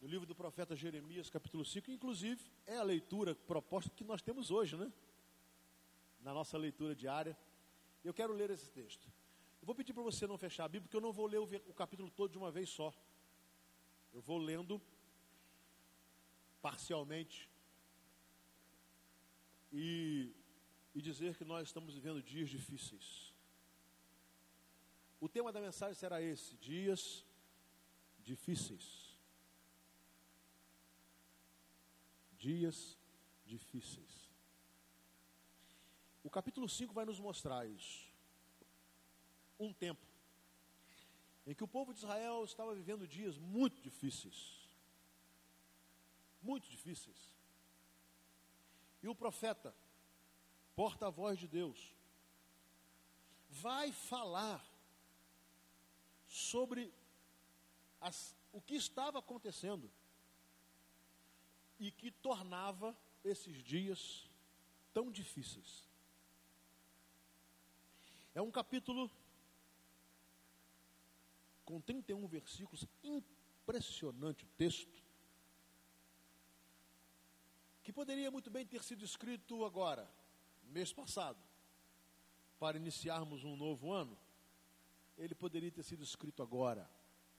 livro do profeta Jeremias, capítulo 5, inclusive é a leitura proposta que nós temos hoje, né? Na nossa leitura diária. Eu quero ler esse texto. Eu vou pedir para você não fechar a Bíblia, porque eu não vou ler o capítulo todo de uma vez só. Eu vou lendo parcialmente e dizer que nós estamos vivendo dias difíceis. O tema da mensagem será esse: dias difíceis. Dias difíceis. O capítulo 5 vai nos mostrar isso. Um tempo em que o povo de Israel estava vivendo dias muito difíceis. Muito difíceis. E o profeta, porta-voz de Deus, vai falar sobre o que estava acontecendo e que tornava esses dias tão difíceis. É um capítulo com 31 versículos, impressionante o texto, que poderia muito bem ter sido escrito agora, mês passado, para iniciarmos um novo ano. Ele poderia ter sido escrito agora.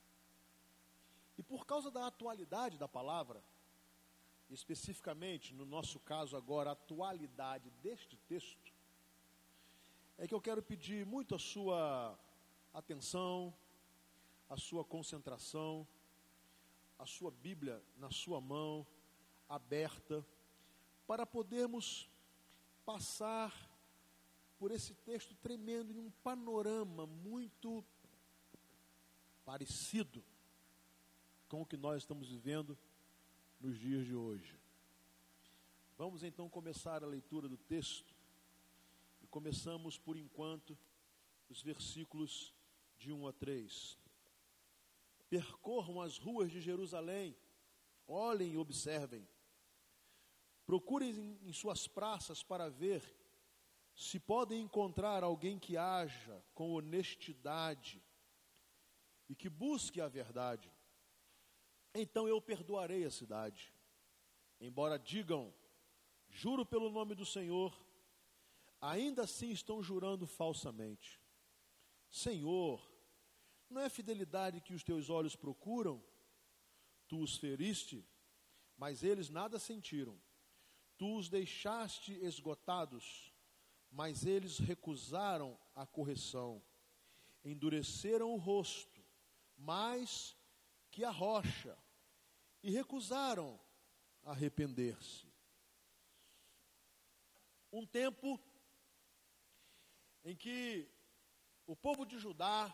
E por causa da atualidade da palavra, especificamente, no nosso caso agora, a atualidade deste texto, é que eu quero pedir muito a sua atenção, a sua concentração, a sua Bíblia na sua mão, aberta, para podermos passar por esse texto tremendo em um panorama muito parecido com o que nós estamos vivendo nos dias de hoje. Vamos então começar a leitura do texto e começamos por enquanto os versículos de 1 a 3. Percorram as ruas de Jerusalém, olhem e observem. Procurem em suas praças para ver se podem encontrar alguém que haja com honestidade e que busque a verdade. Então eu perdoarei a cidade. Embora digam, juro pelo nome do Senhor, ainda assim estão jurando falsamente. Senhor, não é fidelidade que os teus olhos procuram? Tu os feriste, mas eles nada sentiram. Tu os deixaste esgotados, mas eles recusaram a correção. Endureceram o rosto, mais que a rocha, e recusaram arrepender-se. Um tempo em que o povo de Judá,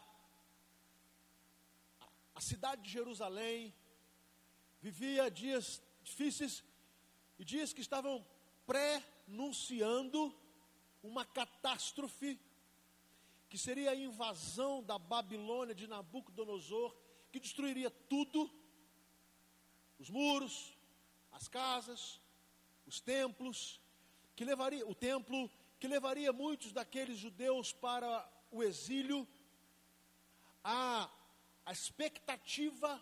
a cidade de Jerusalém, vivia dias difíceis e dias que estavam prenunciando uma catástrofe, que seria a invasão da Babilônia de Nabucodonosor, que destruiria tudo, os muros, as casas, os templos, o templo, que levaria muitos daqueles judeus para o exílio. A expectativa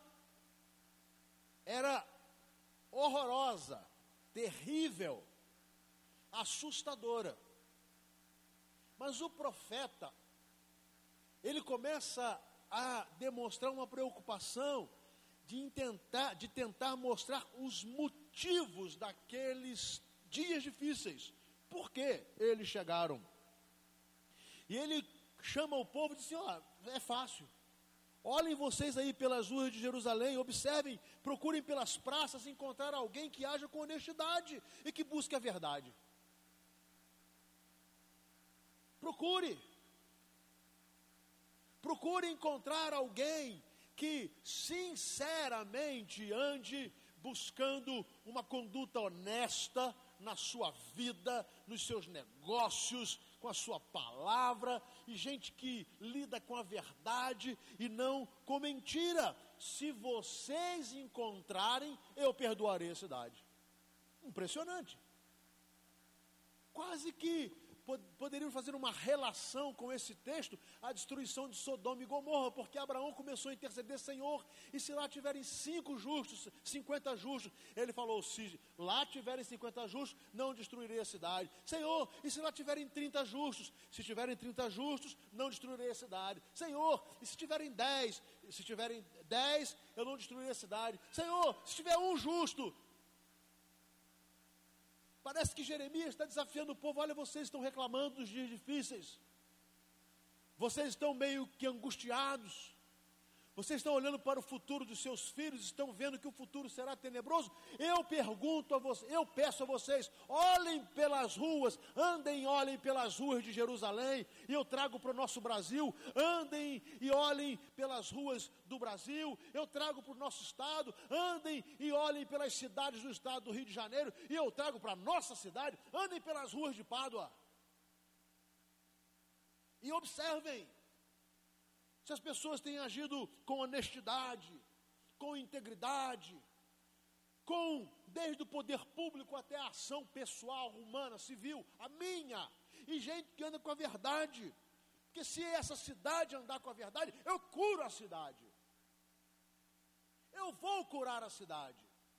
era horrorosa, terrível, assustadora. Mas o profeta, ele começa a demonstrar uma preocupação de tentar mostrar os motivos daqueles dias difíceis. Por que eles chegaram? E ele chama o povo e diz assim: é fácil. Olhem vocês aí pelas ruas de Jerusalém, observem, procurem pelas praças encontrar alguém que haja com honestidade e que busque a verdade. Procure encontrar alguém que sinceramente ande buscando uma conduta honesta na sua vida, nos seus negócios, com a sua palavra, e gente que lida com a verdade e não com mentira. Se vocês encontrarem, eu perdoarei a cidade. Impressionante. Quase que poderíamos fazer uma relação com esse texto, a destruição de Sodoma e Gomorra, porque Abraão começou a interceder: Senhor, e se lá tiverem 5 justos, 50 justos? Ele falou: se lá tiverem 50 justos, não destruirei a cidade. Senhor, e se lá tiverem 30 justos? Se tiverem 30 justos, não destruirei a cidade. Senhor, e se tiverem 10? Se tiverem 10, eu não destruirei a cidade. Senhor, se tiver um justo? Parece que Jeremias está desafiando o povo: olha, vocês estão reclamando dos dias difíceis, vocês estão meio que angustiados, vocês estão olhando para o futuro dos seus filhos, estão vendo que o futuro será tenebroso. Eu pergunto a vocês, eu peço a vocês: olhem pelas ruas, andem e olhem pelas ruas de Jerusalém. E eu trago para o nosso Brasil: andem e olhem pelas ruas do Brasil. Eu trago para o nosso estado: andem e olhem pelas cidades do estado do Rio de Janeiro. E eu trago para a nossa cidade: andem pelas ruas de Pádua e observem se as pessoas têm agido com honestidade, com integridade, desde o poder público até a ação pessoal, humana, civil, a minha, e gente que anda com a verdade. Porque se essa cidade andar com a verdade, eu curo a cidade. Eu vou curar a cidade.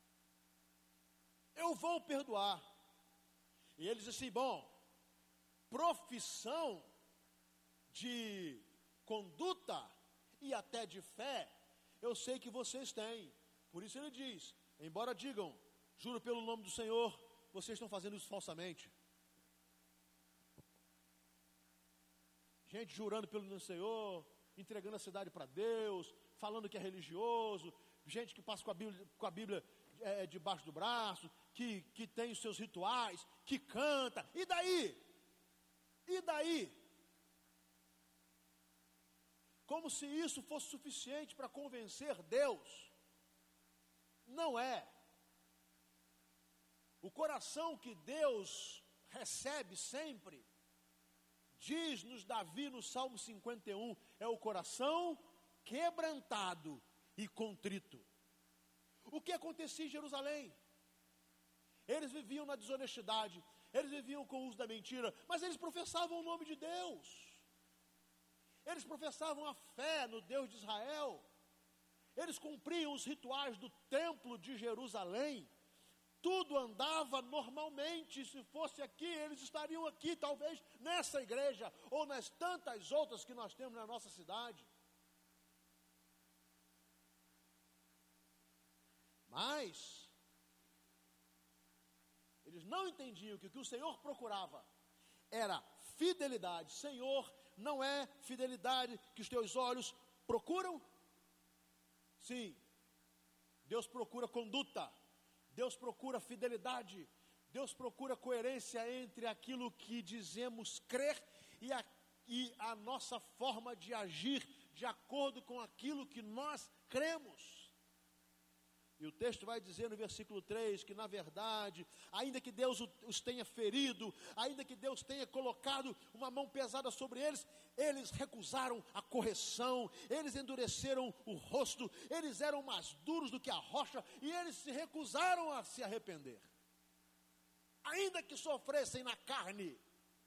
Eu vou perdoar. E eles dizem assim: bom, profissão de conduta e até de fé, eu sei que vocês têm. Por isso ele diz: embora digam, juro pelo nome do Senhor, vocês estão fazendo isso falsamente. Gente jurando pelo nome do Senhor, entregando a cidade para Deus, falando que é religioso, gente que passa com a Bíblia debaixo do braço, que tem os seus rituais, que canta. E daí? E daí? Como se isso fosse suficiente para convencer Deus. Não é. O coração que Deus recebe sempre, diz-nos Davi no Salmo 51, é o coração quebrantado e contrito. O que acontecia em Jerusalém? Eles viviam na desonestidade, eles viviam com o uso da mentira, mas eles professavam o nome de Deus. Eles professavam a fé no Deus de Israel. Eles cumpriam os rituais do templo de Jerusalém. Tudo andava normalmente. Se fosse aqui, eles estariam aqui, talvez nessa igreja, ou nas tantas outras que nós temos na nossa cidade. Mas eles não entendiam que o que o Senhor procurava era fidelidade. Senhor, não é fidelidade que os teus olhos procuram? Sim, Deus procura conduta, Deus procura fidelidade, Deus procura coerência entre aquilo que dizemos crer e a nossa forma de agir de acordo com aquilo que nós cremos. E o texto vai dizer no versículo 3 que, na verdade, ainda que Deus os tenha ferido, ainda que Deus tenha colocado uma mão pesada sobre eles, eles recusaram a correção, eles endureceram o rosto, eles eram mais duros do que a rocha e eles se recusaram a se arrepender. Ainda que sofressem na carne,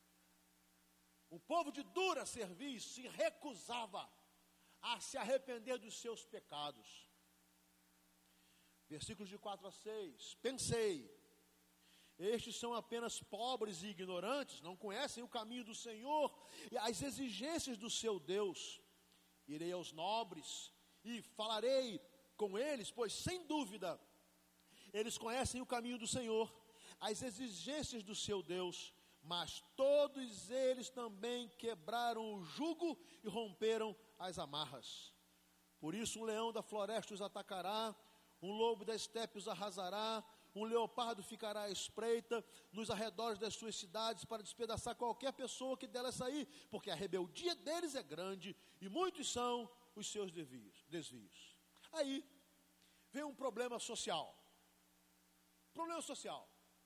o povo de dura cerviz se recusava a se arrepender dos seus pecados. Versículos de 4 a 6. Pensei, estes são apenas pobres e ignorantes, não conhecem o caminho do Senhor e as exigências do seu Deus. Irei aos nobres e falarei com eles, pois sem dúvida eles conhecem o caminho do Senhor, as exigências do seu Deus. Mas todos eles também quebraram o jugo e romperam as amarras. Por isso um leão da floresta os atacará, um lobo da estepe os arrasará, um leopardo ficará à espreita nos arredores das suas cidades para despedaçar qualquer pessoa que delas sair, porque a rebeldia deles é grande e muitos são os seus desvios. Aí vem um problema social. Problema social.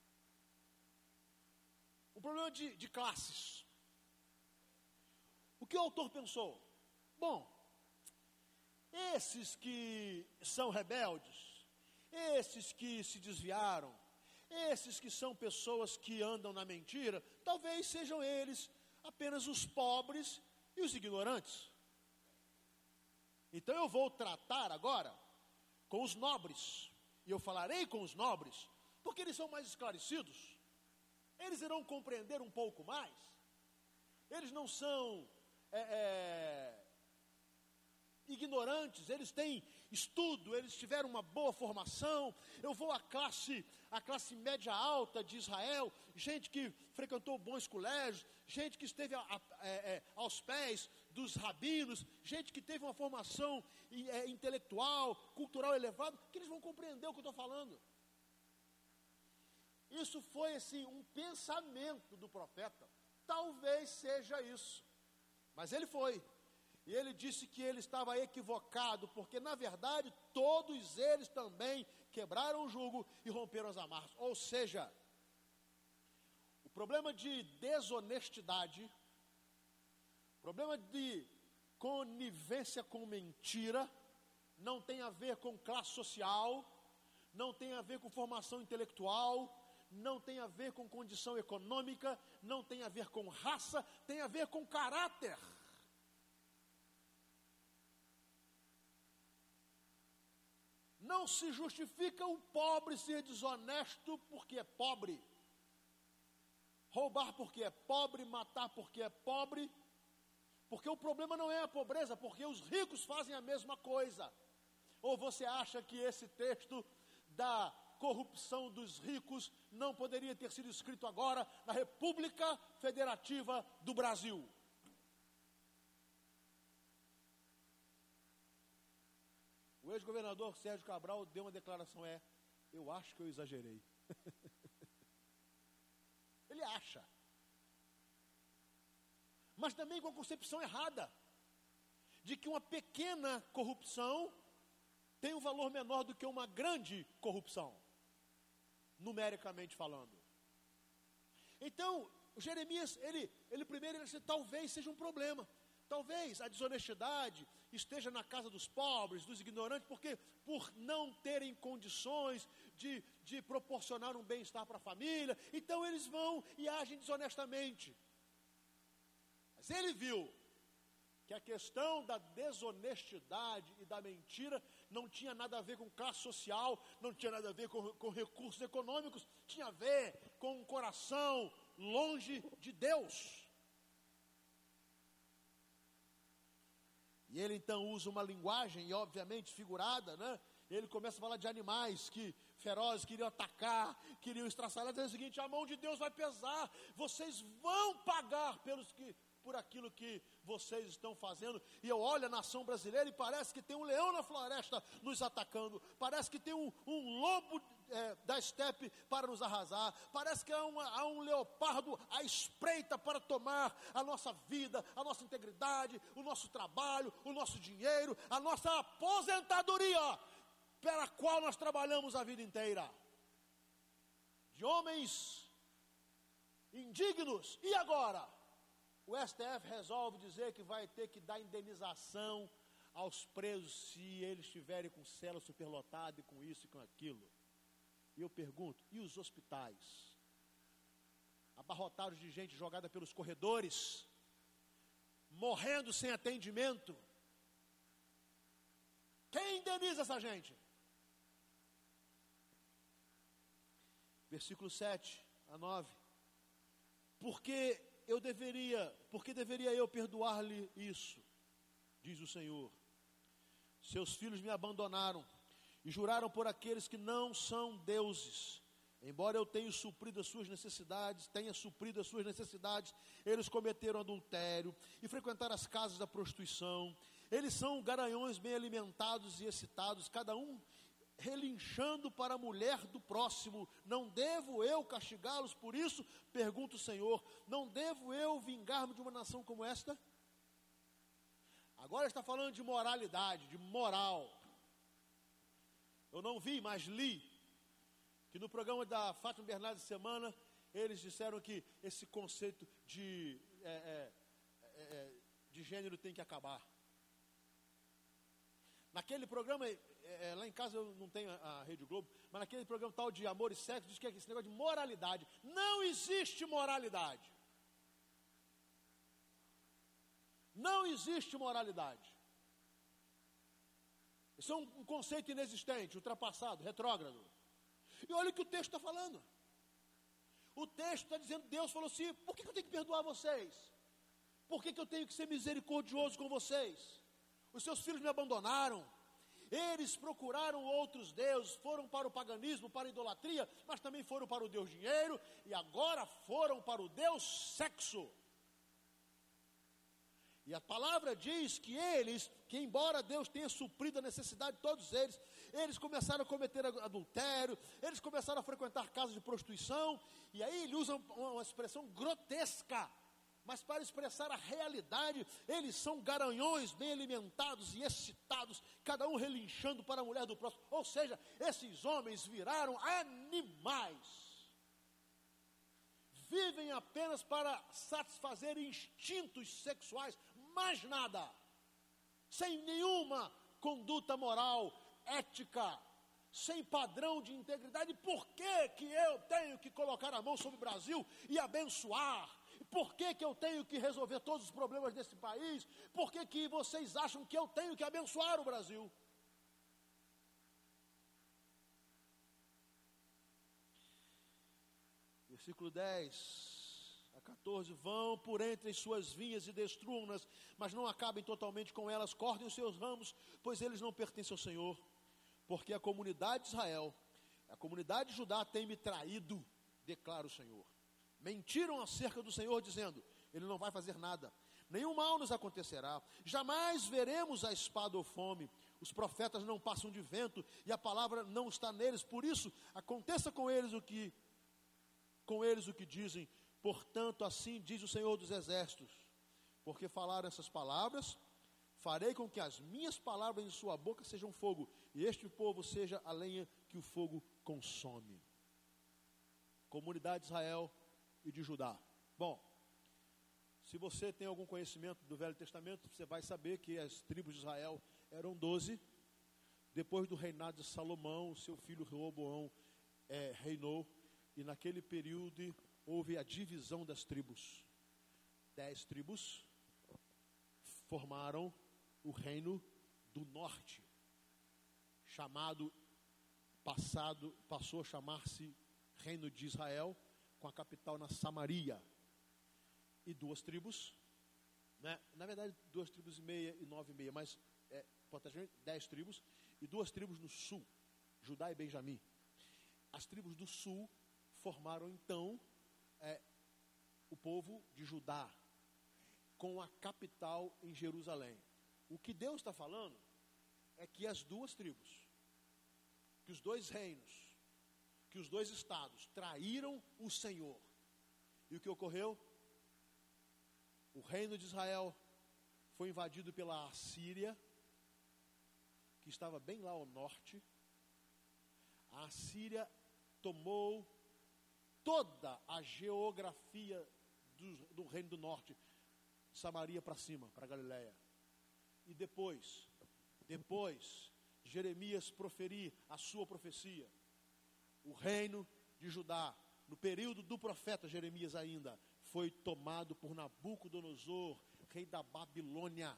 Um problema de classes. O que o autor pensou? Bom, esses que são rebeldes, esses que se desviaram, esses que são pessoas que andam na mentira, talvez sejam eles apenas os pobres e os ignorantes. Então eu vou tratar agora com os nobres, e eu falarei com os nobres, porque eles são mais esclarecidos, eles irão compreender um pouco mais, eles não são ignorantes, eles têm estudo, eles tiveram uma boa formação. Eu vou à classe média alta de Israel, gente que frequentou bons colégios, gente que esteve aos pés dos rabinos, gente que teve uma formação intelectual, cultural elevada, que eles vão compreender o que eu estou falando. Isso foi assim um pensamento do profeta, talvez seja isso, mas ele foi. E ele disse que ele estava equivocado, porque na verdade todos eles também quebraram o jugo e romperam as amarras. Ou seja, o problema de desonestidade, o problema de conivência com mentira, não tem a ver com classe social, não tem a ver com formação intelectual, não tem a ver com condição econômica, não tem a ver com raça, tem a ver com caráter. Não se justifica o pobre ser desonesto porque é pobre, roubar porque é pobre, matar porque é pobre, porque o problema não é a pobreza, porque os ricos fazem a mesma coisa. Ou você acha que esse texto da corrupção dos ricos não poderia ter sido escrito agora na República Federativa do Brasil? O ex-governador Sérgio Cabral deu uma declaração, eu acho que eu exagerei. Ele acha. Mas também com a concepção errada, de que uma pequena corrupção tem um valor menor do que uma grande corrupção, numericamente falando. Então, Jeremias, ele primeiro disse, talvez seja um problema. Talvez a desonestidade esteja na casa dos pobres, dos ignorantes, porque por não terem condições de proporcionar um bem-estar para a família, então eles vão e agem desonestamente. Mas ele viu que a questão da desonestidade e da mentira não tinha nada a ver com classe social, não tinha nada a ver com recursos econômicos, tinha a ver com um coração longe de Deus. E ele então usa uma linguagem, e obviamente figurada, né? Ele começa a falar de animais que ferozes, queriam atacar, queriam estraçalhar, dizendo o seguinte, a mão de Deus vai pesar, vocês vão pagar por aquilo que vocês estão fazendo. E eu olho a nação brasileira e parece que tem um leão na floresta nos atacando, parece que tem um lobo da estepe para nos arrasar, parece que há um leopardo à espreita para tomar a nossa vida, a nossa integridade, o nosso trabalho, o nosso dinheiro, a nossa aposentadoria, pela qual nós trabalhamos a vida inteira. De homens indignos. E agora? O STF resolve dizer que vai ter que dar indenização aos presos se eles estiverem com cela superlotada e com isso e com aquilo. E eu pergunto, e os hospitais? Abarrotados de gente jogada pelos corredores, morrendo sem atendimento. Quem indeniza essa gente? Versículo 7 a 9. Por que deveria eu perdoar-lhe isso? Diz o Senhor. Seus filhos me abandonaram e juraram por aqueles que não são deuses. Embora eu tenha suprido as suas necessidades, eles cometeram adultério e frequentaram as casas da prostituição. Eles são garanhões bem alimentados e excitados, cada um relinchando para a mulher do próximo. Não devo eu castigá-los por isso? Pergunta o Senhor. Não devo eu vingar-me de uma nação como esta? Agora está falando de moralidade, de moral. Eu não vi, mas li que no programa da Fátima Bernardes de semana, eles disseram que esse conceito de gênero tem que acabar. Naquele programa, lá em casa eu não tenho a Rede Globo, mas naquele programa tal de Amor e Sexo, diz que é esse negócio de moralidade. Não existe moralidade. Não existe moralidade. Isso é um conceito inexistente, ultrapassado, retrógrado. E olha o que o texto está falando. O texto está dizendo, Deus falou assim, por que eu tenho que perdoar vocês? Por que eu tenho que ser misericordioso com vocês? Os seus filhos me abandonaram. Eles procuraram outros deuses, foram para o paganismo, para a idolatria, mas também foram para o Deus dinheiro, e agora foram para o Deus sexo. E a palavra diz que eles, que embora Deus tenha suprido a necessidade de todos eles começaram a cometer adultério, eles começaram a frequentar casas de prostituição, e aí ele usa uma expressão grotesca, mas para expressar a realidade, eles são garanhões bem alimentados e excitados, cada um relinchando para a mulher do próximo. Ou seja, esses homens viraram animais. Vivem apenas para satisfazer instintos sexuais, mais nada. Sem nenhuma conduta moral, ética, sem padrão de integridade. Por que eu tenho que colocar a mão sobre o Brasil e abençoar? Por que eu tenho que resolver todos os problemas desse país? Por que vocês acham que eu tenho que abençoar o Brasil? Versículo 10 a 14, vão por entre as suas vinhas e destruam-nas, mas não acabem totalmente com elas, cortem os seus ramos, pois eles não pertencem ao Senhor, porque a comunidade de Israel, a comunidade de Judá tem me traído, declara o Senhor. Mentiram acerca do Senhor, dizendo, Ele não vai fazer nada, nenhum mal nos acontecerá, jamais veremos a espada ou fome, os profetas não passam de vento, e a palavra não está neles, por isso, aconteça com eles o que dizem, portanto, assim diz o Senhor dos Exércitos, porque falaram essas palavras, farei com que as minhas palavras em sua boca sejam fogo, e este povo seja a lenha que o fogo consome. Comunidade de Israel e de Judá. Bom, se você tem algum conhecimento do Velho Testamento, você vai saber que as tribos de Israel eram 12, depois do reinado de Salomão, seu filho Reoboão reinou, e naquele período houve a divisão das tribos. 10 tribos formaram o reino do norte, passou a chamar-se Reino de Israel, com a capital na Samaria. E 2 tribos, né? Na verdade 2 tribos e meia e 9 e meia, mas 10 tribos, e 2 tribos no sul, Judá e Benjamim. As tribos do sul formaram então o povo de Judá, com a capital em Jerusalém. O que Deus está falando é que as 2 tribos, que os 2 reinos, que os 2 estados traíram o Senhor. E o que ocorreu? O reino de Israel foi invadido pela Assíria, que estava bem lá ao norte. A Assíria tomou toda a geografia do reino do norte, Samaria para cima, para Galileia. E depois Jeremias proferir a sua profecia, o reino de Judá, no período do profeta Jeremias ainda, foi tomado por Nabucodonosor, rei da Babilônia.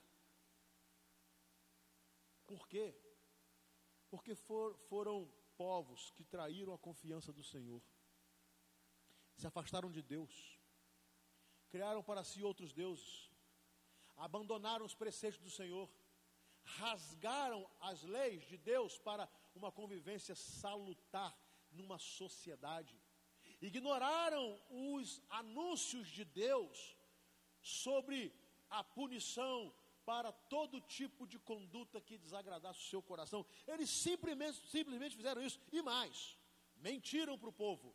Por quê? Porque foram povos que traíram a confiança do Senhor, se afastaram de Deus, criaram para si outros deuses, abandonaram os preceitos do Senhor, rasgaram as leis de Deus para uma convivência salutar numa sociedade, ignoraram os anúncios de Deus sobre a punição para todo tipo de conduta que desagradasse o seu coração. Eles simplesmente fizeram isso, e mais, mentiram para o povo.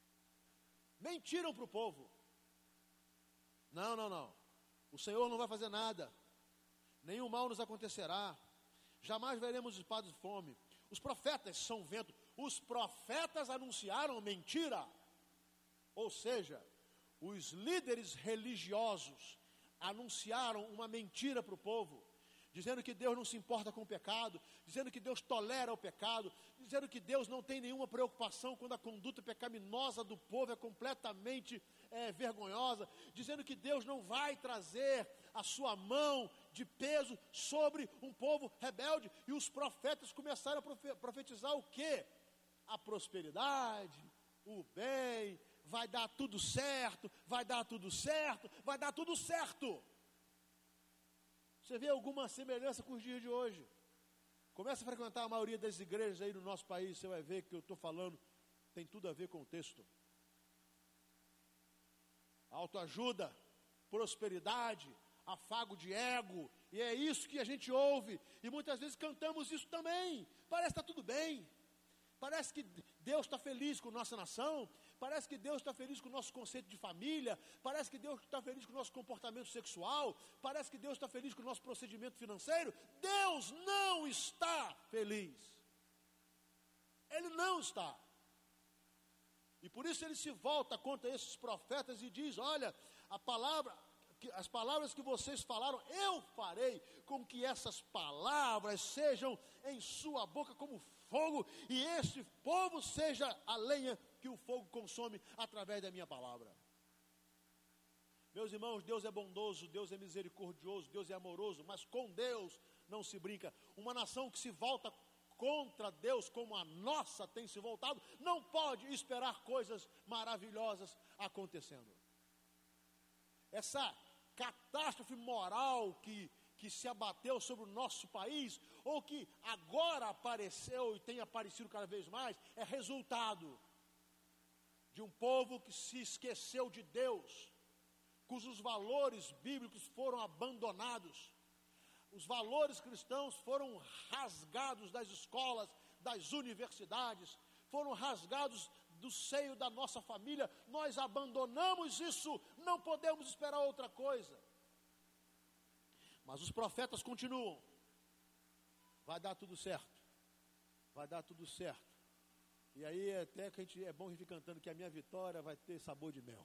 Não, o Senhor não vai fazer nada, nenhum mal nos acontecerá, jamais veremos espada de fome. Os profetas são vento. Os profetas anunciaram mentira. Ou seja, os líderes religiosos anunciaram uma mentira para o povo, dizendo que Deus não se importa com o pecado, dizendo que Deus tolera o pecado, dizendo que Deus não tem nenhuma preocupação quando a conduta pecaminosa do povo é completamente vergonhosa, dizendo que Deus não vai trazer a sua mão de peso sobre um povo rebelde. E os profetas começaram a profetizar o quê? A prosperidade, o bem, vai dar tudo certo, vai dar tudo certo, vai dar tudo certo. Você vê alguma semelhança com os dias de hoje? Começa a frequentar a maioria das igrejas aí no nosso país, você vai ver que eu estou falando, tem tudo a ver com o texto. Autoajuda, prosperidade, afago de ego, e é isso que a gente ouve, e muitas vezes cantamos isso também. Parece que está tudo bem, parece que Deus está feliz com nossa nação, parece que Deus está feliz com o nosso conceito de família, parece que Deus está feliz com o nosso comportamento sexual, parece que Deus está feliz com o nosso procedimento financeiro. Deus não está feliz, Ele não está. E por isso Ele se volta contra esses profetas e diz: olha, as palavras que vocês falaram, eu farei com que essas palavras sejam em sua boca como fogo, e este povo seja a lenha que o fogo consome através da minha palavra. Meus irmãos, Deus é bondoso, Deus é misericordioso, Deus é amoroso, mas com Deus não se brinca. Uma nação que se volta contra Deus, como a nossa tem se voltado, não pode esperar coisas maravilhosas acontecendo. Essa catástrofe moral que se abateu sobre o nosso país, ou que agora apareceu e tem aparecido cada vez mais, é resultado de um povo que se esqueceu de Deus, cujos valores bíblicos foram abandonados. Os valores cristãos foram rasgados das escolas, das universidades, foram rasgados do seio da nossa família. Nós abandonamos isso, não podemos esperar outra coisa. Mas os profetas continuam: vai dar tudo certo, vai dar tudo certo. E aí até que é bom a gente ir cantando que a minha vitória vai ter sabor de mel.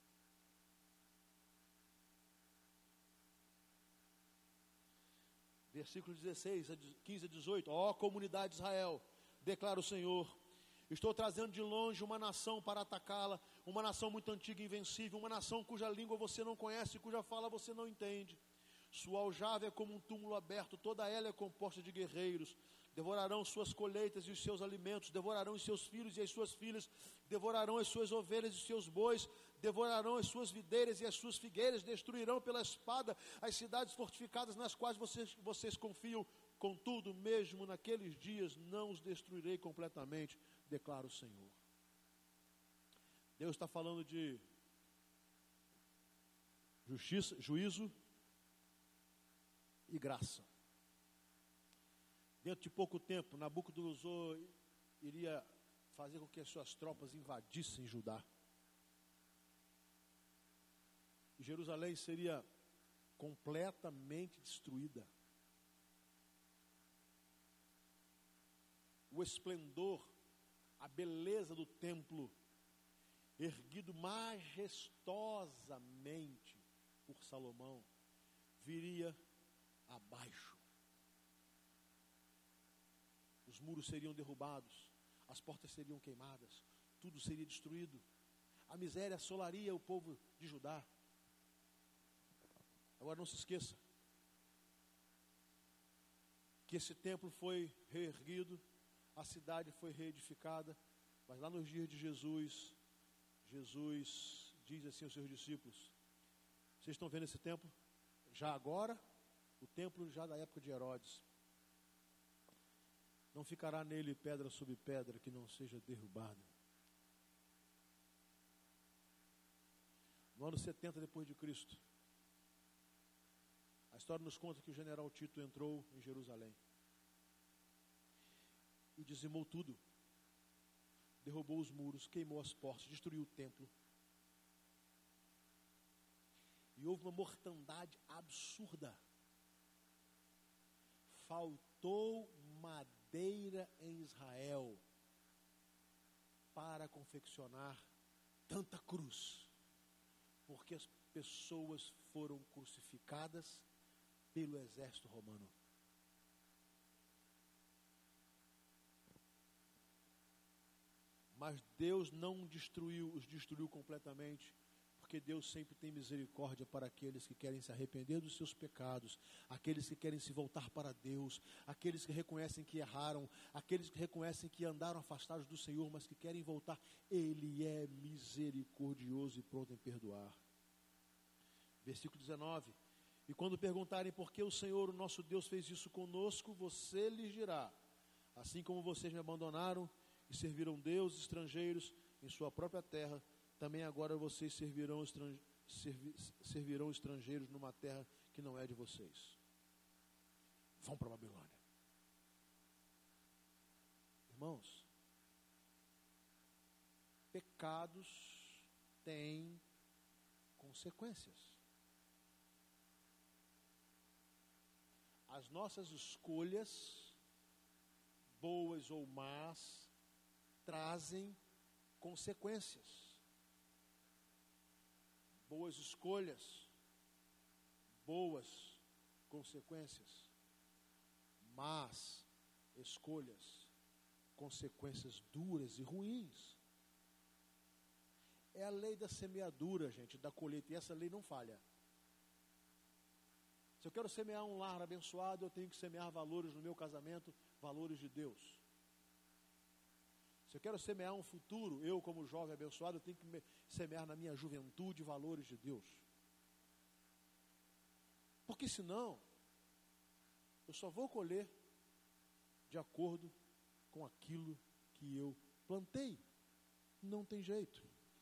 Versículos 16, 15 a 18. Ó comunidade de Israel, declara o Senhor: estou trazendo de longe uma nação para atacá-la, uma nação muito antiga e invencível, uma nação cuja língua você não conhece, cuja fala você não entende. Sua aljava é como um túmulo aberto, toda ela é composta de guerreiros. Devorarão suas colheitas e os seus alimentos, devorarão os seus filhos e as suas filhas, devorarão as suas ovelhas e os seus bois, devorarão as suas videiras e as suas figueiras, destruirão pela espada as cidades fortificadas nas quais vocês confiam. Contudo, mesmo naqueles dias, não os destruirei completamente, declara o Senhor. Deus está falando de justiça, juízo e graça. Dentro de pouco tempo, Nabucodonosor iria fazer com que as suas tropas invadissem Judá. E Jerusalém seria completamente destruída. O esplendor, a beleza do templo, erguido majestosamente por Salomão, viria abaixo. Os muros seriam derrubados, as portas seriam queimadas, tudo seria destruído. A miséria assolaria o povo de Judá. Agora não se esqueça que esse templo foi reerguido, a cidade foi reedificada, mas lá nos dias de Jesus diz assim aos seus discípulos: vocês estão vendo esse templo? Já agora, o templo já da época de Herodes. Não ficará nele pedra sobre pedra que não seja derrubada. No ano 70 depois de Cristo, a história nos conta que o general Tito entrou em Jerusalém e dizimou tudo. Derrubou os muros, queimou as portas, destruiu o templo. E houve uma mortandade absurda. Faltou madeira em Israel para confeccionar tanta cruz, porque as pessoas foram crucificadas pelo exército romano. Mas Deus não os destruiu completamente, porque Deus sempre tem misericórdia para aqueles que querem se arrepender dos seus pecados, aqueles que querem se voltar para Deus, aqueles que reconhecem que erraram, aqueles que reconhecem que andaram afastados do Senhor, mas que querem voltar. Ele é misericordioso e pronto em perdoar. Versículo 19: e quando perguntarem por que o Senhor, o nosso Deus, fez isso conosco, você lhes dirá: assim como vocês me abandonaram e serviram deuses estrangeiros em sua própria terra, também agora vocês servirão estrangeiros numa terra que não é de vocês. Vão para a Babilônia. Irmãos, pecados têm consequências. As nossas escolhas, boas ou más, trazem consequências. Boas escolhas, boas consequências. Más escolhas, consequências duras e ruins. É a lei da semeadura, gente, da colheita, e essa lei não falha. Se eu quero semear um lar abençoado, eu tenho que semear valores no meu casamento, valores de Deus. Se eu quero semear um futuro, eu como jovem abençoado, eu tenho que semear na minha juventude valores de Deus. Porque senão, eu só vou colher de acordo com aquilo que eu plantei. Não tem jeito.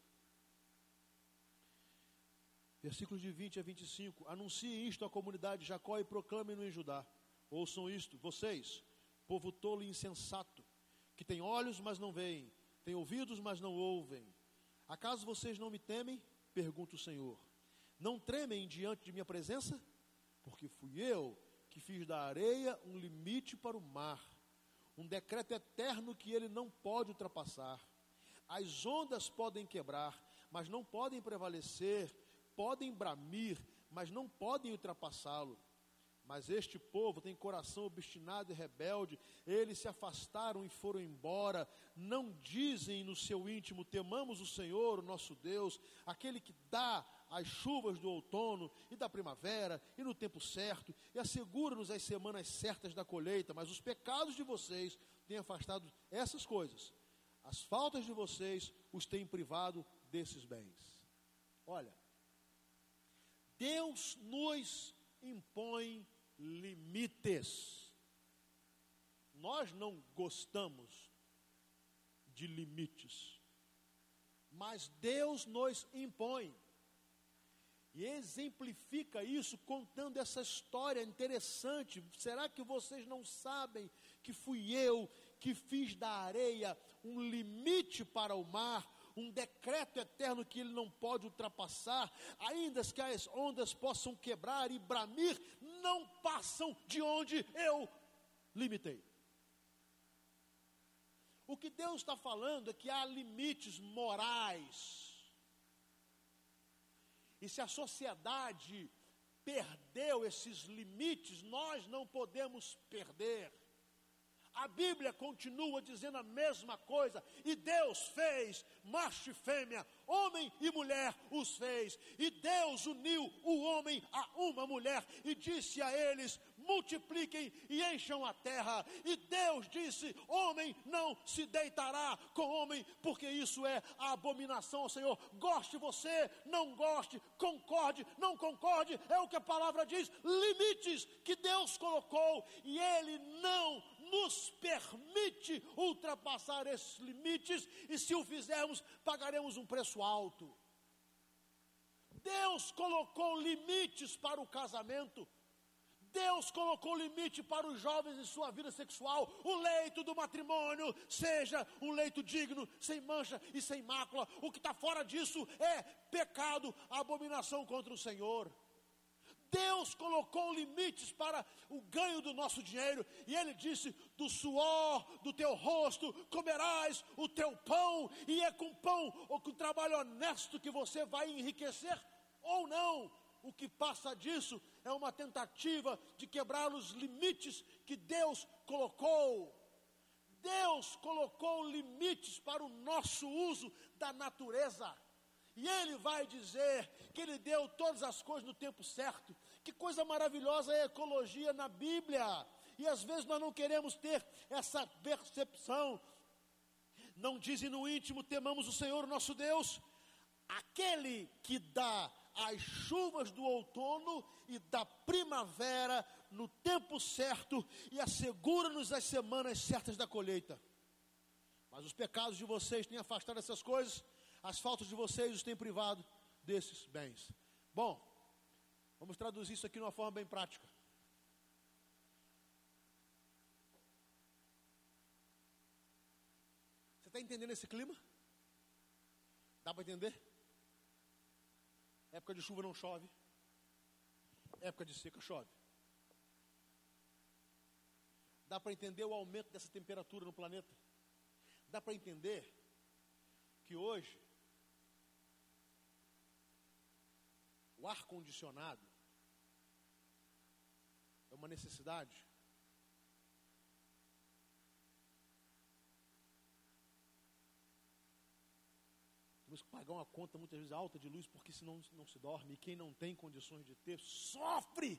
Versículos de 20 a 25. Anunciem isto à comunidade de Jacó e proclamem-no em Judá. Ouçam isto, vocês, povo tolo e insensato, que tem olhos, mas não veem, tem ouvidos, mas não ouvem. Acaso vocês não me temem? Pergunta o Senhor. Não tremem diante de minha presença? Porque fui eu que fiz da areia um limite para o mar, um decreto eterno que ele não pode ultrapassar. As ondas podem quebrar, mas não podem prevalecer, podem bramir, mas não podem ultrapassá-lo. Mas este povo tem coração obstinado e rebelde, eles se afastaram e foram embora, não dizem no seu íntimo: temamos o Senhor, o nosso Deus, aquele que dá as chuvas do outono e da primavera, e no tempo certo, e assegura-nos as semanas certas da colheita. Mas os pecados de vocês têm afastado essas coisas, as faltas de vocês os têm privado desses bens. Olha, Deus nos impõe limites. Nós não gostamos de limites, mas Deus nos impõe. E exemplifica isso contando essa história interessante. Será que vocês não sabem que fui eu que fiz da areia um limite para o mar, um decreto eterno que ele não pode ultrapassar, ainda que as ondas possam quebrar e bramir, não passam de onde eu limitei. O que Deus está falando é que há limites morais. E se a sociedade perdeu esses limites, nós não podemos perder. A Bíblia continua dizendo a mesma coisa. E Deus fez macho e fêmea, homem e mulher os fez. E Deus uniu o homem a uma mulher e disse a eles: multipliquem e encham a terra. E Deus disse: homem não se deitará com homem, porque isso é a abominação ao Senhor. Goste você, não goste, concorde, não concorde, é o que a palavra diz. Limites que Deus colocou, e Ele não nos permite ultrapassar esses limites, e se o fizermos, pagaremos um preço alto. Deus colocou limites para o casamento. Deus colocou limite para os jovens em sua vida sexual. O leito do matrimônio seja um leito digno, sem mancha e sem mácula. O que está fora disso é pecado, abominação contra o Senhor. Deus colocou limites para o ganho do nosso dinheiro, e Ele disse: do suor do teu rosto comerás o teu pão, e é com pão ou com trabalho honesto que você vai enriquecer ou não. O que passa disso é uma tentativa de quebrar os limites que Deus colocou. Deus colocou limites para o nosso uso da natureza. E Ele vai dizer que Ele deu todas as coisas no tempo certo. Que coisa maravilhosa é a ecologia na Bíblia. E às vezes nós não queremos ter essa percepção. Não dizem no íntimo, temamos o Senhor, nosso Deus. Aquele que dá as chuvas do outono e da primavera no tempo certo e assegura-nos as semanas certas da colheita. Mas os pecados de vocês têm afastado essas coisas, as faltas de vocês os têm privado desses bens. Bom, vamos traduzir isso aqui de uma forma bem prática. Você está entendendo esse clima? Dá para entender? Época de chuva não chove. Época de seca chove. Dá para entender o aumento dessa temperatura no planeta? Dá para entender que hoje o ar-condicionado é uma necessidade? Temos que pagar uma conta muitas vezes alta de luz, porque senão não se dorme. E quem não tem condições de ter, sofre.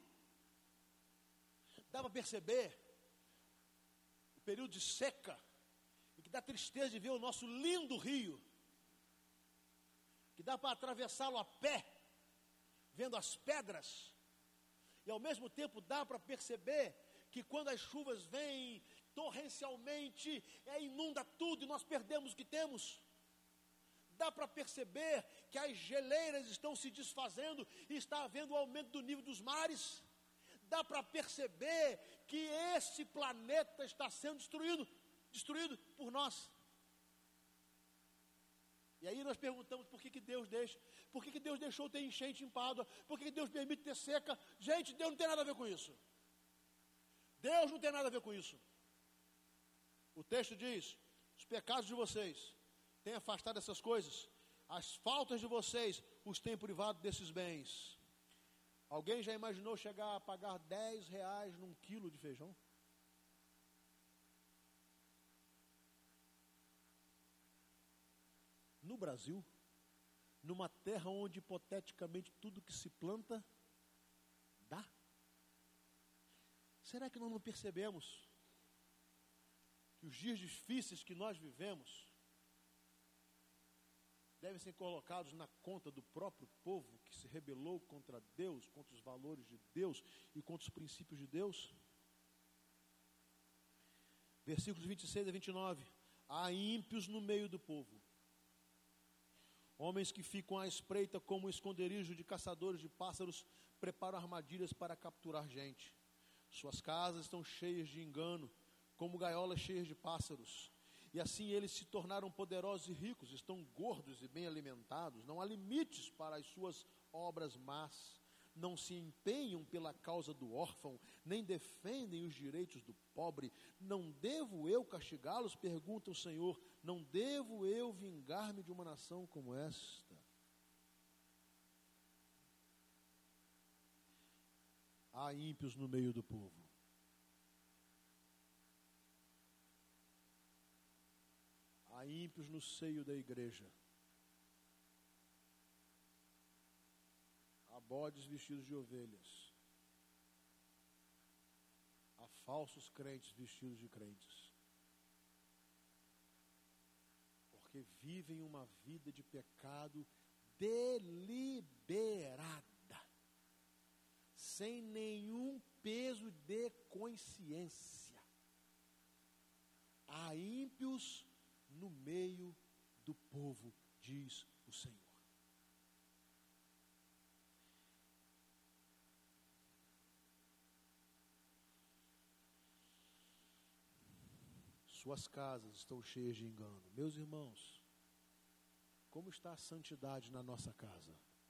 Dá para perceber o período de seca, e que dá tristeza de ver o nosso lindo rio, que dá para atravessá-lo a pé, vendo as pedras. E ao mesmo tempo dá para perceber que quando as chuvas vêm torrencialmente, inunda tudo e nós perdemos o que temos. Dá para perceber que as geleiras estão se desfazendo e está havendo um aumento do nível dos mares. Dá para perceber que esse planeta está sendo destruído por nós. E aí nós perguntamos por que Deus deixa, por que Deus deixou ter enchente em Pádua, por que Deus permite ter seca. Gente, Deus não tem nada a ver com isso. Deus não tem nada a ver com isso. O texto diz: os pecados de vocês têm afastado essas coisas, as faltas de vocês os têm privado desses bens. Alguém já imaginou chegar a pagar R$10 num quilo de feijão? No Brasil, numa terra onde hipoteticamente tudo que se planta dá? Será que nós não percebemos que os dias difíceis que nós vivemos devem ser colocados na conta do próprio povo que se rebelou contra Deus, contra os valores de Deus e contra os princípios de Deus? Versículos 26 a 29. Há ímpios no meio do povo, homens que ficam à espreita como um esconderijo de caçadores de pássaros, preparam armadilhas para capturar gente. Suas casas estão cheias de engano, como gaiolas cheias de pássaros. E assim eles se tornaram poderosos e ricos, estão gordos e bem alimentados. Não há limites para as suas obras más. Não se empenham pela causa do órfão, nem defendem os direitos do pobre. Não devo eu castigá-los? Pergunta o Senhor. Não devo eu vingar-me de uma nação como esta? Há ímpios no meio do povo. Há ímpios no seio da igreja. Há bodes vestidos de ovelhas. Há falsos crentes vestidos de crentes. Porque vivem uma vida de pecado deliberada, sem nenhum peso de consciência. Há ímpios no meio do povo, diz o Senhor. Suas casas estão cheias de engano. Meus irmãos, como está a santidade na nossa casa?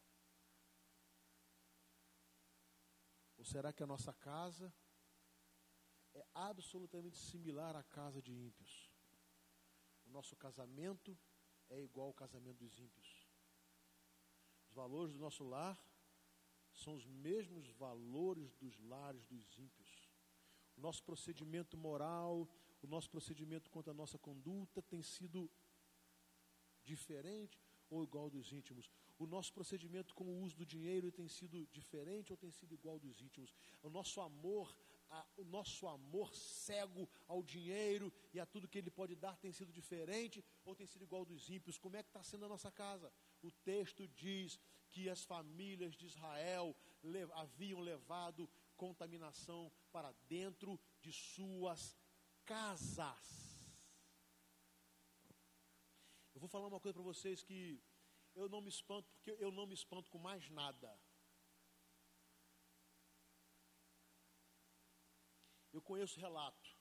Ou será que a nossa casa é absolutamente similar à casa de ímpios? O nosso casamento é igual ao casamento dos ímpios. Os valores do nosso lar são os mesmos valores dos lares dos ímpios. O nosso procedimento moral, o nosso procedimento quanto à nossa conduta tem sido diferente ou igual dos íntimos. O nosso procedimento com o uso do dinheiro tem sido diferente ou tem sido igual dos íntimos. O nosso amor cego ao dinheiro e a tudo que ele pode dar tem sido diferente ou tem sido igual dos ímpios. Como é que está sendo a nossa casa? O texto diz que as famílias de Israel haviam levado contaminação para dentro de suas casas. Eu vou falar uma coisa para vocês que eu não me espanto, porque eu não me espanto com mais nada. Eu conheço relato,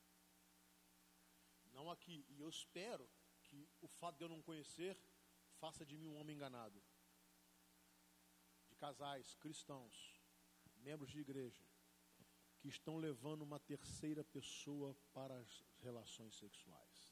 não aqui, e eu espero que o fato de eu não conhecer faça de mim um homem enganado. De casais cristãos, membros de igreja, que estão levando uma terceira pessoa para as relações sexuais.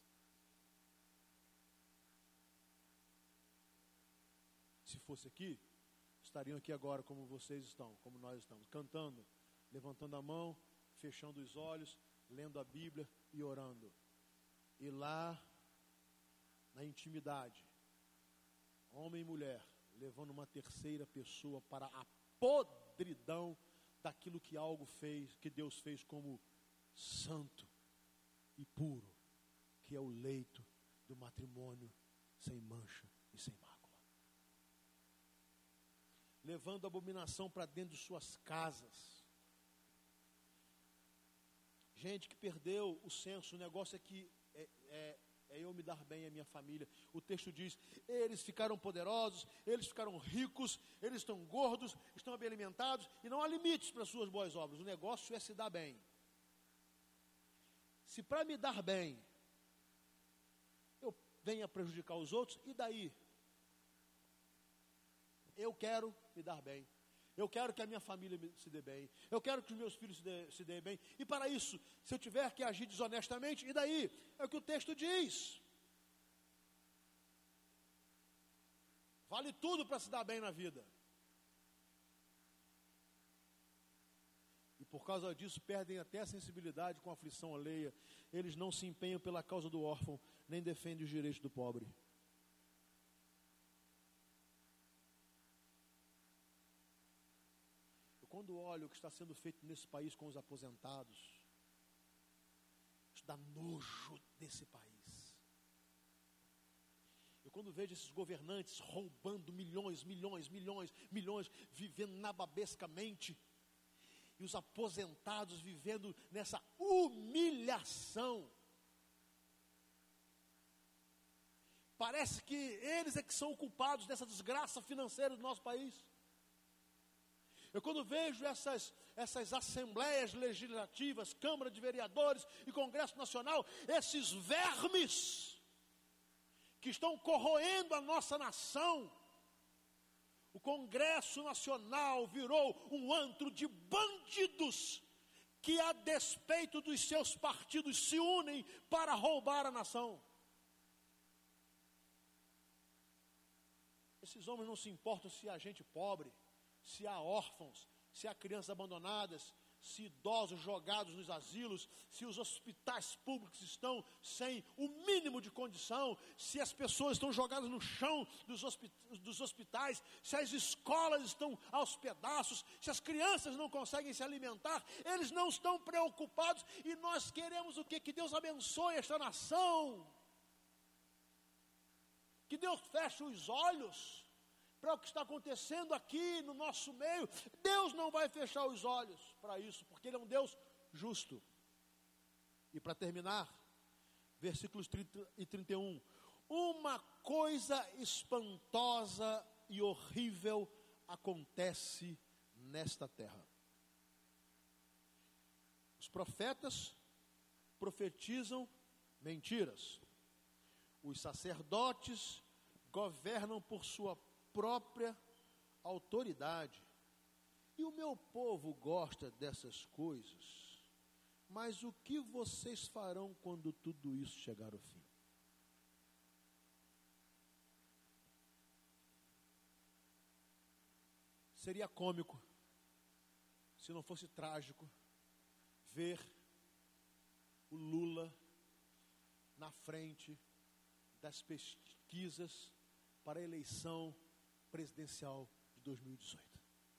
Se fosse aqui, estariam aqui agora como vocês estão, como nós estamos, cantando, levantando a mão, fechando os olhos, lendo a Bíblia e orando. E lá, na intimidade, homem e mulher, levando uma terceira pessoa para a podridão daquilo que algo fez, que Deus fez como santo e puro, que é o leito do matrimônio sem mancha e sem mácula. Levando abominação para dentro de suas casas. Gente que perdeu o senso, o negócio é que é eu me dar bem a minha família. O texto diz, eles ficaram poderosos, eles ficaram ricos, eles estão gordos, estão bem alimentados, e não há limites para suas boas obras. O negócio é se dar bem. Se para me dar bem, eu venha prejudicar os outros, e daí? Eu quero me dar bem. Eu quero que a minha família se dê bem. Eu quero que os meus filhos se dêem bem. E para isso, se eu tiver que agir desonestamente, e daí? É o que o texto diz. Vale tudo para se dar bem na vida. E por causa disso, perdem até a sensibilidade com a aflição alheia. Eles não se empenham pela causa do órfão, nem defendem os direitos do pobre. Quando olho o que está sendo feito nesse país com os aposentados, isso dá nojo desse país. Eu quando vejo esses governantes roubando milhões, vivendo nababescamente, e os aposentados vivendo nessa humilhação, parece que eles é que são culpados dessa desgraça financeira do nosso país. Eu quando vejo essas assembleias legislativas, Câmara de Vereadores e Congresso Nacional, esses vermes que estão corroendo a nossa nação, o Congresso Nacional virou um antro de bandidos que, a despeito dos seus partidos, se unem para roubar a nação. Esses homens não se importam se há gente pobre, se há órfãos, se há crianças abandonadas, se idosos jogados nos asilos, se os hospitais públicos estão sem o mínimo de condição, se as pessoas estão jogadas no chão dos hospitais, se as escolas estão aos pedaços, se as crianças não conseguem se alimentar, eles não estão preocupados, e nós queremos o quê? Que Deus abençoe esta nação, que Deus feche os olhos para o que está acontecendo aqui no nosso meio. Deus não vai fechar os olhos para isso, porque Ele é um Deus justo. E para terminar, versículos 30 e 31. Uma coisa espantosa e horrível acontece nesta terra. Os profetas profetizam mentiras. Os sacerdotes governam por sua própria autoridade. E o meu povo gosta dessas coisas. Mas o que vocês farão quando tudo isso chegar ao fim? Seria cômico, se não fosse trágico, ver o Lula na frente das pesquisas para a eleição presidencial de 2018.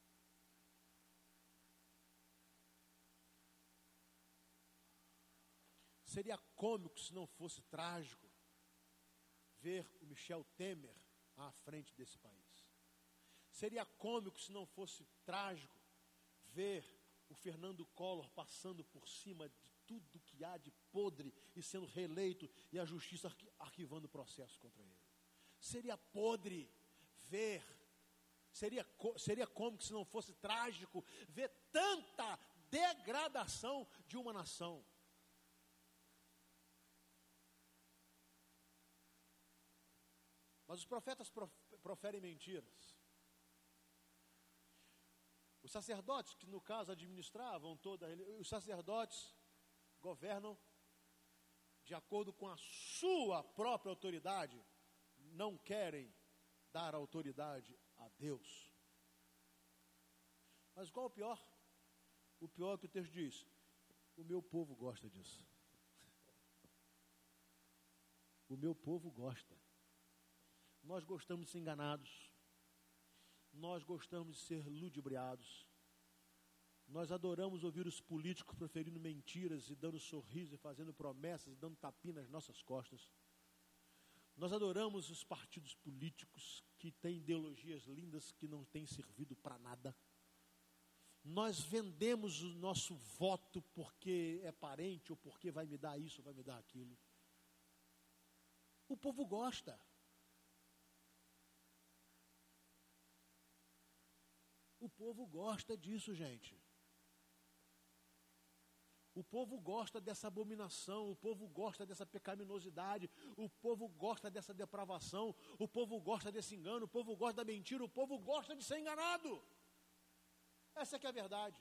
Seria cômico, se não fosse trágico, ver o Michel Temer à frente desse país. Seria cômico, se não fosse trágico, ver o Fernando Collor passando por cima de tudo que há de podre e sendo reeleito e a justiça arquivando o processo contra ele. Seria podre ver, seria cômico, se não fosse trágico, ver tanta degradação de uma nação. Mas os profetas proferem mentiras. Os sacerdotes, que no caso administravam toda a religião, os sacerdotes governam de acordo com a sua própria autoridade, não querem dar autoridade a Deus. Mas qual o pior? O pior é que o texto diz: o meu povo gosta disso. O meu povo gosta. Nós gostamos de ser enganados. Nós gostamos de ser ludibriados. Nós adoramos ouvir os políticos proferindo mentiras e dando sorriso e fazendo promessas e dando tapinha nas nossas costas. Nós adoramos os partidos políticos que têm ideologias lindas que não têm servido para nada. Nós vendemos o nosso voto porque é parente ou porque vai me dar isso ou vai me dar aquilo. O povo gosta. O povo gosta disso, gente. O povo gosta dessa abominação, o povo gosta dessa pecaminosidade, o povo gosta dessa depravação, o povo gosta desse engano, o povo gosta da mentira, o povo gosta de ser enganado. Essa que é a verdade.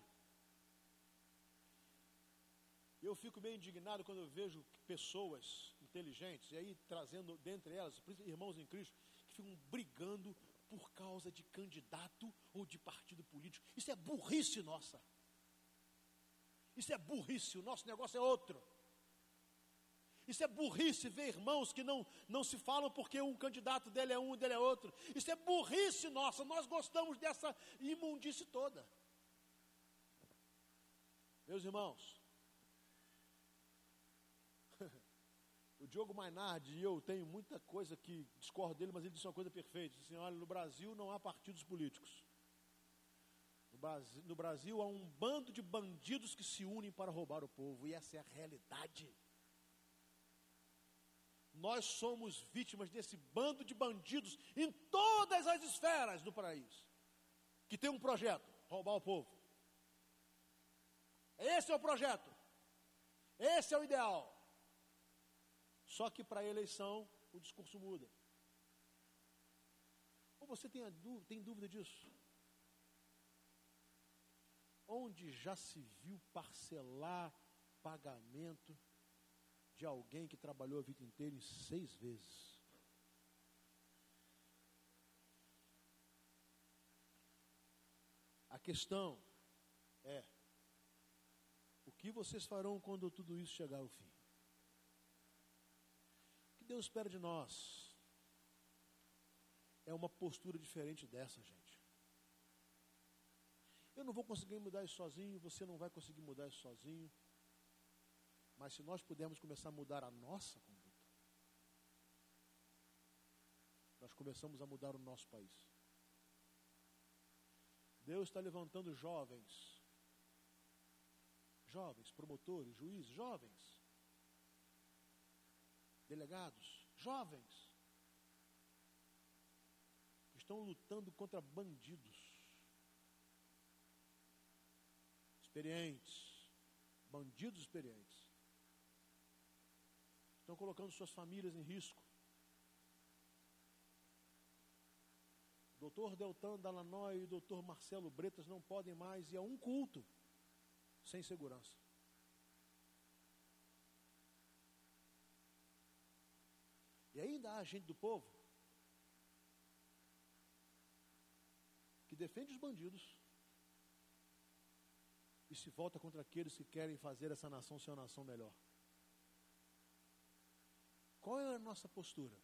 Eu fico meio indignado quando eu vejo pessoas inteligentes, e aí trazendo dentre elas, irmãos em Cristo, que ficam brigando por causa de candidato ou de partido político. Isso é burrice nossa. Isso é burrice, o nosso negócio é outro. Isso é burrice ver irmãos que não se falam porque um candidato dele é um, dele é outro. Isso é burrice nossa, nós gostamos dessa imundície toda. Meus irmãos, o Diogo Mainardi e eu tenho muita coisa que discordo dele, mas ele disse uma coisa perfeita. Ele disse assim: olha, no Brasil não há partidos políticos. No Brasil há um bando de bandidos que se unem para roubar o povo, e essa é a realidade. Nós somos vítimas desse bando de bandidos em todas as esferas do país, que tem um projeto: roubar o povo. Esse é o projeto, esse é o ideal. Só que para a eleição o discurso muda. Ou você tem dúvida disso? Onde já se viu parcelar pagamento de alguém que trabalhou a vida inteira em 6 vezes? A questão é: o que vocês farão quando tudo isso chegar ao fim? O que Deus espera de nós é uma postura diferente dessa, gente. Eu não vou conseguir mudar isso sozinho, você não vai conseguir mudar isso sozinho. Mas se nós pudermos começar a mudar a nossa conduta, nós começamos a mudar o nosso país. Deus está levantando jovens, promotores, juízes, jovens, delegados, jovens, que estão lutando contra bandidos, experientes, bandidos experientes, estão colocando suas famílias em risco. O doutor Deltan Dalanói e o doutor Marcelo Bretas não podem mais ir a um culto sem segurança. E ainda há gente do povo que que defende os bandidos e se volta contra aqueles que querem fazer essa nação ser uma nação melhor. Qual é a nossa postura?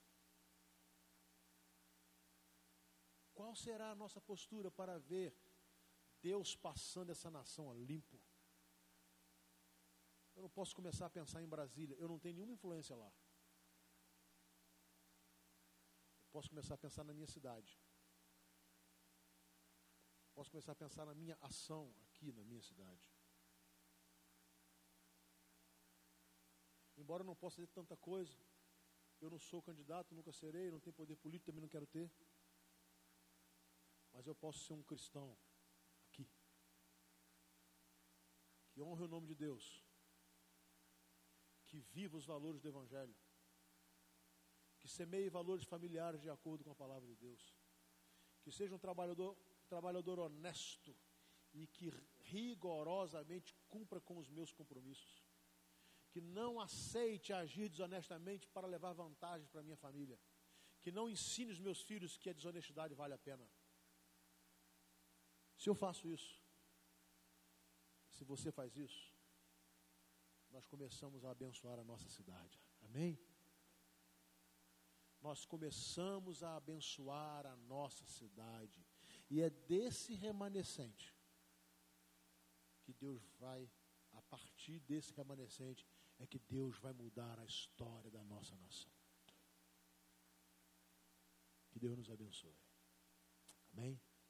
Qual será a nossa postura para ver Deus passando essa nação a limpo? Eu não posso começar a pensar em Brasília, eu não tenho nenhuma influência lá. Eu posso começar a pensar na minha cidade. Posso começar a pensar na minha ação aqui na minha cidade. Embora eu não possa fazer tanta coisa, eu não sou candidato, nunca serei, não tenho poder político, também não quero ter. Mas eu posso ser um cristão aqui, que honre o nome de Deus, que viva os valores do Evangelho, que semeie valores familiares de acordo com a palavra de Deus, que seja um trabalhador honesto e que rigorosamente cumpra com os meus compromissos, que não aceite agir desonestamente para levar vantagens para a minha família, que não ensine os meus filhos que a desonestidade vale a pena. Se eu faço isso, se você faz isso, nós começamos a abençoar a nossa cidade. Amém? Nós começamos a abençoar a nossa cidade. E é desse remanescente que Deus vai, a partir desse remanescente, é que Deus vai mudar a história da nossa nação. Que Deus nos abençoe. Amém?